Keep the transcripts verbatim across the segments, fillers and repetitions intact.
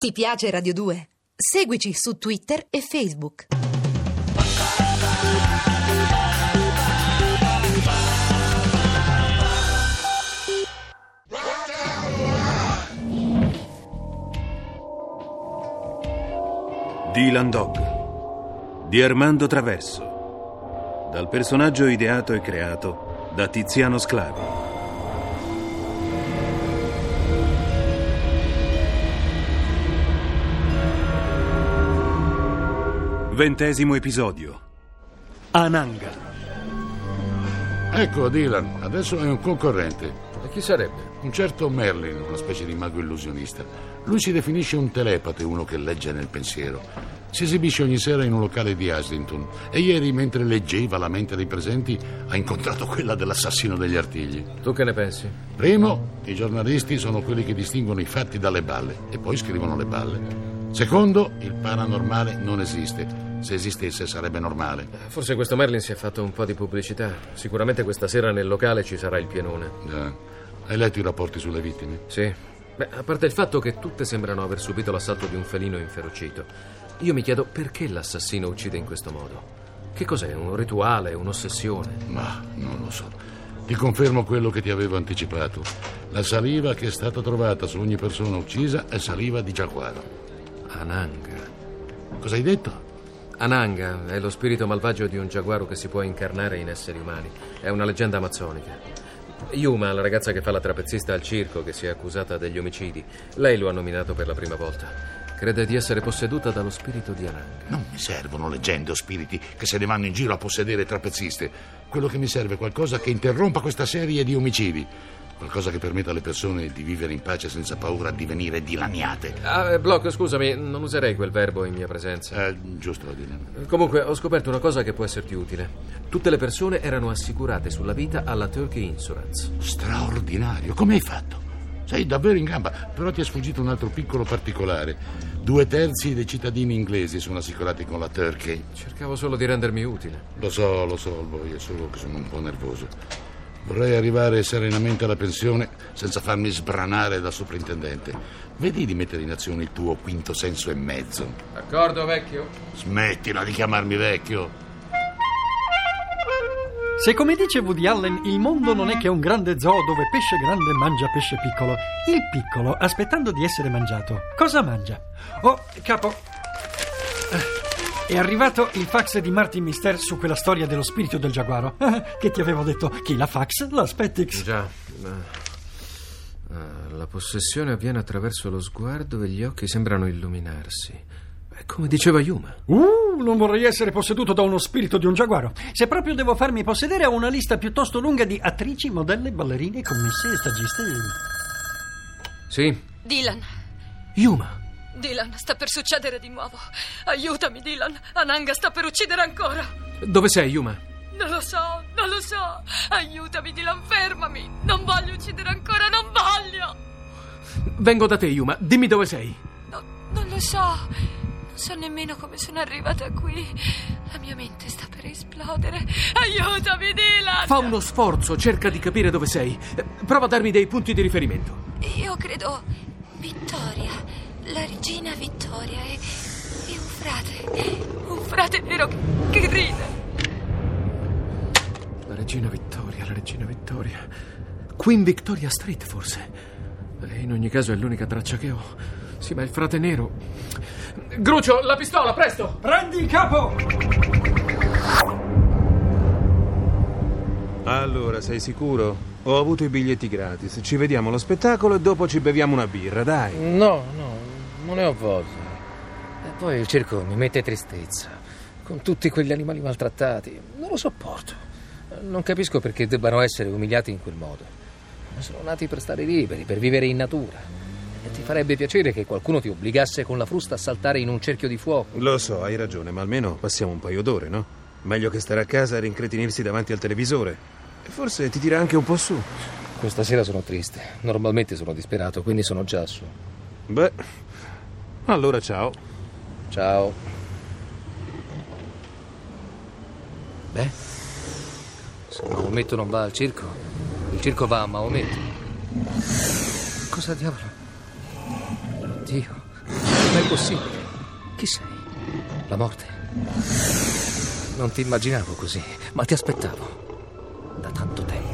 Ti piace Radio due? Seguici su Twitter e Facebook. Dylan Dog di Armando Traverso, dal personaggio ideato e creato da Tiziano Sclavi. Ventesimo episodio. Ananga. Ecco Dylan, adesso è un concorrente. E chi sarebbe? Un certo Merlin, una specie di mago illusionista. Lui si definisce un telepate, uno che legge nel pensiero. Si esibisce ogni sera in un locale di Islington. E ieri, mentre leggeva la mente dei presenti, ha incontrato quella dell'assassino degli artigli. Tu che ne pensi? Primo, i giornalisti sono quelli che distinguono i fatti dalle balle e poi scrivono le balle. Secondo, il paranormale non esiste. Se esistesse sarebbe normale. Forse questo Merlin si è fatto un po' di pubblicità. Sicuramente questa sera nel locale ci sarà il pienone. Già. Hai letto i rapporti sulle vittime? Sì. Beh, a parte il fatto che tutte sembrano aver subito l'assalto di un felino inferocito, io mi chiedo perché l'assassino uccide in questo modo. Che cos'è? Un rituale? Un'ossessione? Ma non lo so. Ti confermo quello che ti avevo anticipato. La saliva che è stata trovata su ogni persona uccisa è saliva di giaguaro. Ananga. Cosa hai detto? Ananga è lo spirito malvagio di un giaguaro che si può incarnare in esseri umani. È una leggenda amazzonica. Yuma, la ragazza che fa la trapezzista al circo, che si è accusata degli omicidi, lei lo ha nominato per la prima volta. Crede di essere posseduta dallo spirito di Ananga. Non mi servono leggende o spiriti che se ne vanno in giro a possedere trapezziste. Quello che mi serve è qualcosa che interrompa questa serie di omicidi. Qualcosa che permetta alle persone di vivere in pace senza paura di venire dilaniate. Ah, Block, scusami, non userei quel verbo in mia presenza. Eh, giusto, Dylan. Comunque, ho scoperto una cosa che può esserti utile. Tutte le persone erano assicurate sulla vita alla Turkey Insurance. Straordinario. Come hai fatto? Sei davvero in gamba. Però ti è sfuggito un altro piccolo particolare. Due terzi dei cittadini inglesi sono assicurati con la Turkey. Cercavo solo di rendermi utile. Lo so, lo so, voi, è solo che sono un po' nervoso. Vorrei arrivare serenamente alla pensione senza farmi sbranare dal soprintendente. Vedi di mettere in azione il tuo quinto senso e mezzo. D'accordo, vecchio? Smettila di chiamarmi vecchio. Se, come dice Woody Allen, il mondo non è che un grande zoo dove pesce grande mangia pesce piccolo, il piccolo, aspettando di essere mangiato, cosa mangia? Oh, capo, è arrivato il fax di Martin Mister su quella storia dello spirito del giaguaro. Che ti avevo detto, chi la fax l'aspettix. Già. La possessione avviene attraverso lo sguardo e gli occhi sembrano illuminarsi. È come diceva Yuma. Uh, non vorrei essere posseduto da uno spirito di un giaguaro. Se proprio devo farmi possedere, ho una lista piuttosto lunga di attrici, modelle, ballerine, commesse e stagiste. Sì? Dylan. Yuma. Dylan, sta per succedere di nuovo. Aiutami, Dylan. Ananga sta per uccidere ancora. Dove sei, Yuma? Non lo so, non lo so. Aiutami, Dylan, fermami. Non voglio uccidere ancora, non voglio. Vengo da te, Yuma. Dimmi dove sei. No, non lo so. Non so nemmeno come sono arrivata qui. La mia mente sta per esplodere. Aiutami, Dylan. Fa uno sforzo, cerca di capire dove sei. Prova a darmi dei punti di riferimento. Io credo Vittoria. La regina Vittoria e, e un frate, un frate nero che, che ride. La regina Vittoria, la regina Vittoria. Queen Victoria Street, forse. E in ogni caso è l'unica traccia che ho. Sì, ma il frate nero. Grucio, la pistola, presto! Prendi il capo! Allora, sei sicuro? Ho avuto i biglietti gratis. Ci vediamo allo spettacolo e dopo ci beviamo una birra, dai. No, no, non ne ho voglia. E poi il circo mi mette tristezza. Con tutti quegli animali maltrattati. Non lo sopporto. Non capisco perché debbano essere umiliati in quel modo. Sono nati per stare liberi, per vivere in natura. E ti farebbe piacere che qualcuno ti obbligasse con la frusta a saltare in un cerchio di fuoco. Lo so, hai ragione, ma almeno passiamo un paio d'ore, no? Meglio che stare a casa e rincretinirsi davanti al televisore. E forse ti tira anche un po' su. Questa sera sono triste. Normalmente sono disperato, quindi sono già su. Beh, allora ciao. Ciao. Beh, se Maometto non va al circo, il circo va a Maometto. Cosa diavolo? Dio. Ma è possibile? Chi sei? La morte? Non ti immaginavo così, ma ti aspettavo da tanto tempo.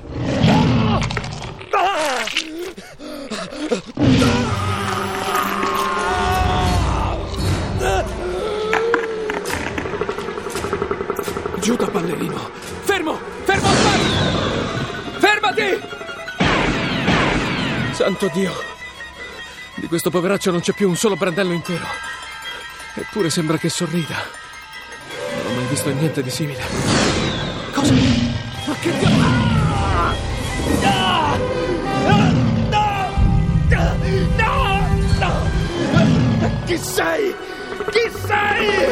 Giù da ballerino! Fermo! Fermo! Fermati! Santo Dio! Di questo poveraccio non c'è più un solo brandello intero. Eppure sembra che sorrida. Non ho mai visto niente di simile. Cosa? Ma che Dio... No! No! No! No! Chi sei? Chi sei?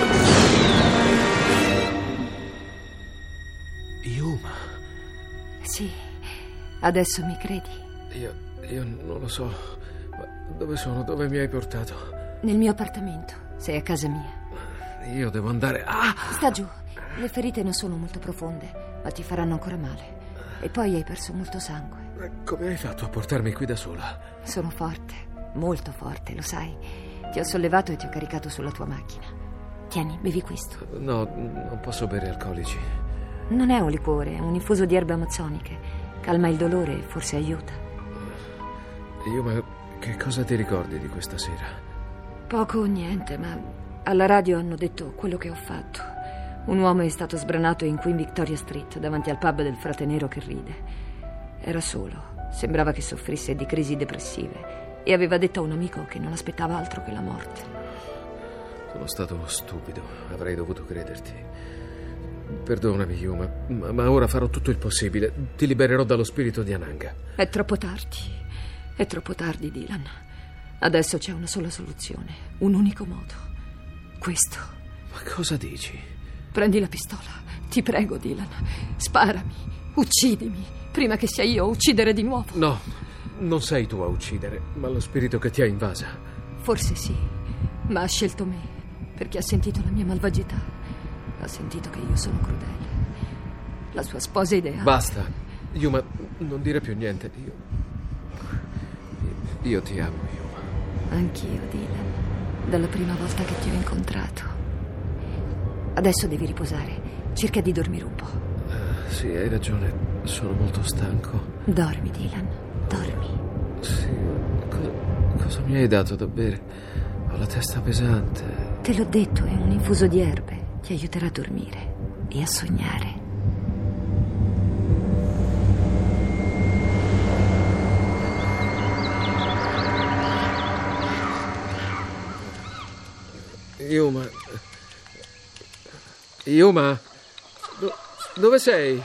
Yuma. Sì, adesso mi credi? Io, io non lo so. Ma dove sono? Dove mi hai portato? Nel mio appartamento. Sei a casa mia. Io devo andare... Ah! Sta giù. Le ferite non sono molto profonde, ma ti faranno ancora male. E poi hai perso molto sangue. Come hai fatto a portarmi qui da sola? Sono forte, molto forte, lo sai. Ti ho sollevato e ti ho caricato sulla tua macchina. Tieni, bevi questo. No, non posso bere alcolici. Non è un liquore, è un infuso di erbe amazzoniche. Calma il dolore e forse aiuta. Io, ma che cosa ti ricordi di questa sera? Poco o niente, ma alla radio hanno detto quello che ho fatto. Un uomo è stato sbranato in Queen Victoria Street, davanti al pub del frate nero che ride. Era solo, sembrava che soffrisse di crisi depressive e aveva detto a un amico che non aspettava altro che la morte. Sono stato stupido, avrei dovuto crederti. Perdonami, Yuma, ma, ma ora farò tutto il possibile. Ti libererò dallo spirito di Ananga. È troppo tardi, è troppo tardi, Dylan. Adesso c'è una sola soluzione, un unico modo. Questo. Ma cosa dici? Prendi la pistola, ti prego, Dylan. Sparami, uccidimi, prima che sia io a uccidere di nuovo. No, non sei tu a uccidere, ma lo spirito che ti ha invasa. Forse sì, ma ha scelto me, perché ha sentito la mia malvagità. Ha sentito che io sono crudele. La sua sposa ideale. Basta, Yuma, non dire più niente. Io... Io ti amo, Yuma. Anch'io, Dylan, dalla prima volta che ti ho incontrato. Adesso devi riposare. Cerca di dormire un po'. Uh, sì, hai ragione. Sono molto stanco. Dormi, Dylan. Dormi. Sì. Co- cosa mi hai dato da bere? Ho la testa pesante. Te l'ho detto, è un infuso di erbe. Ti aiuterà a dormire e a sognare. Yuma. Yuma, Do- dove sei?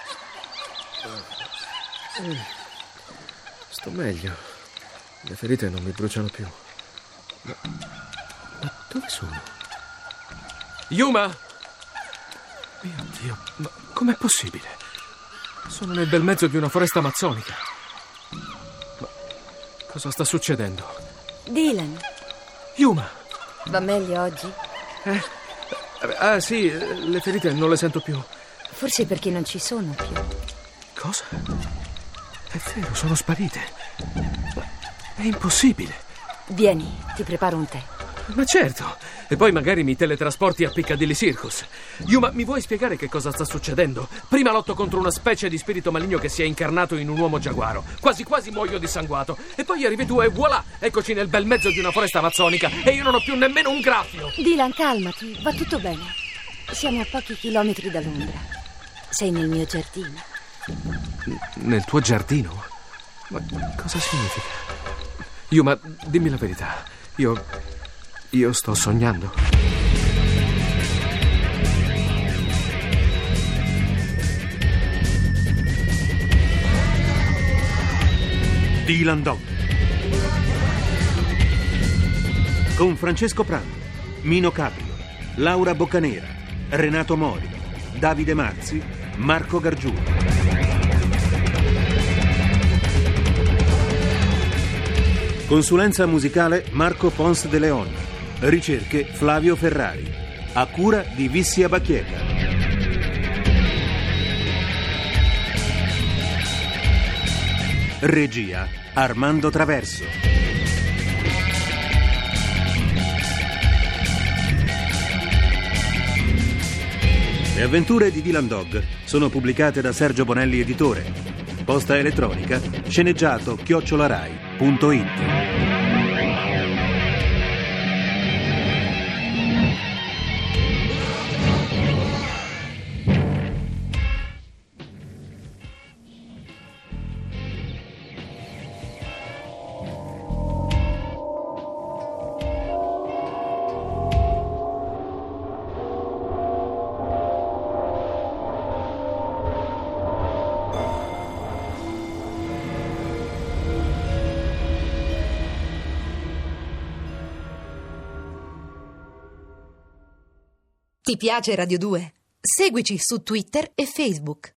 Sto meglio. Le ferite non mi bruciano più. Ma, ma dove sono? Yuma! Mio Dio, ma com'è possibile? Sono nel bel mezzo di una foresta amazzonica. Ma cosa sta succedendo? Dylan. Yuma! Va meglio oggi? Eh? Ah, sì, le ferite non le sento più. Forse perché non ci sono più. Cosa? È vero, sono sparite. Ma è impossibile. Vieni, ti preparo un tè. Ma certo. E poi magari mi teletrasporti a Piccadilly Circus. Yuma, mi vuoi spiegare che cosa sta succedendo? Prima lotto contro una specie di spirito maligno che si è incarnato in un uomo giaguaro. Quasi quasi muoio dissanguato. E poi arrivi tu e voilà, eccoci nel bel mezzo di una foresta amazzonica e io non ho più nemmeno un graffio. Dylan, calmati, va tutto bene. Siamo a pochi chilometri da Londra. Sei nel mio giardino. N- nel tuo giardino? Ma cosa significa? Yuma, dimmi la verità. Io... Io sto sognando. Dylan Dog con Francesco Prando, Mino Caprio, Laura Boccanera, Renato Mori, Davide Marzi, Marco Gargiulo. Consulenza musicale Marco Pons de Leon. Ricerche Flavio Ferrari. A cura di Vissia Bacchietta. Regia Armando Traverso. avventure di Dylan Dog sono pubblicate da Sergio Bonelli editore. Posta elettronica sceneggiato chiocciolarai punto it. Ti piace Radio due? Seguici su Twitter e Facebook.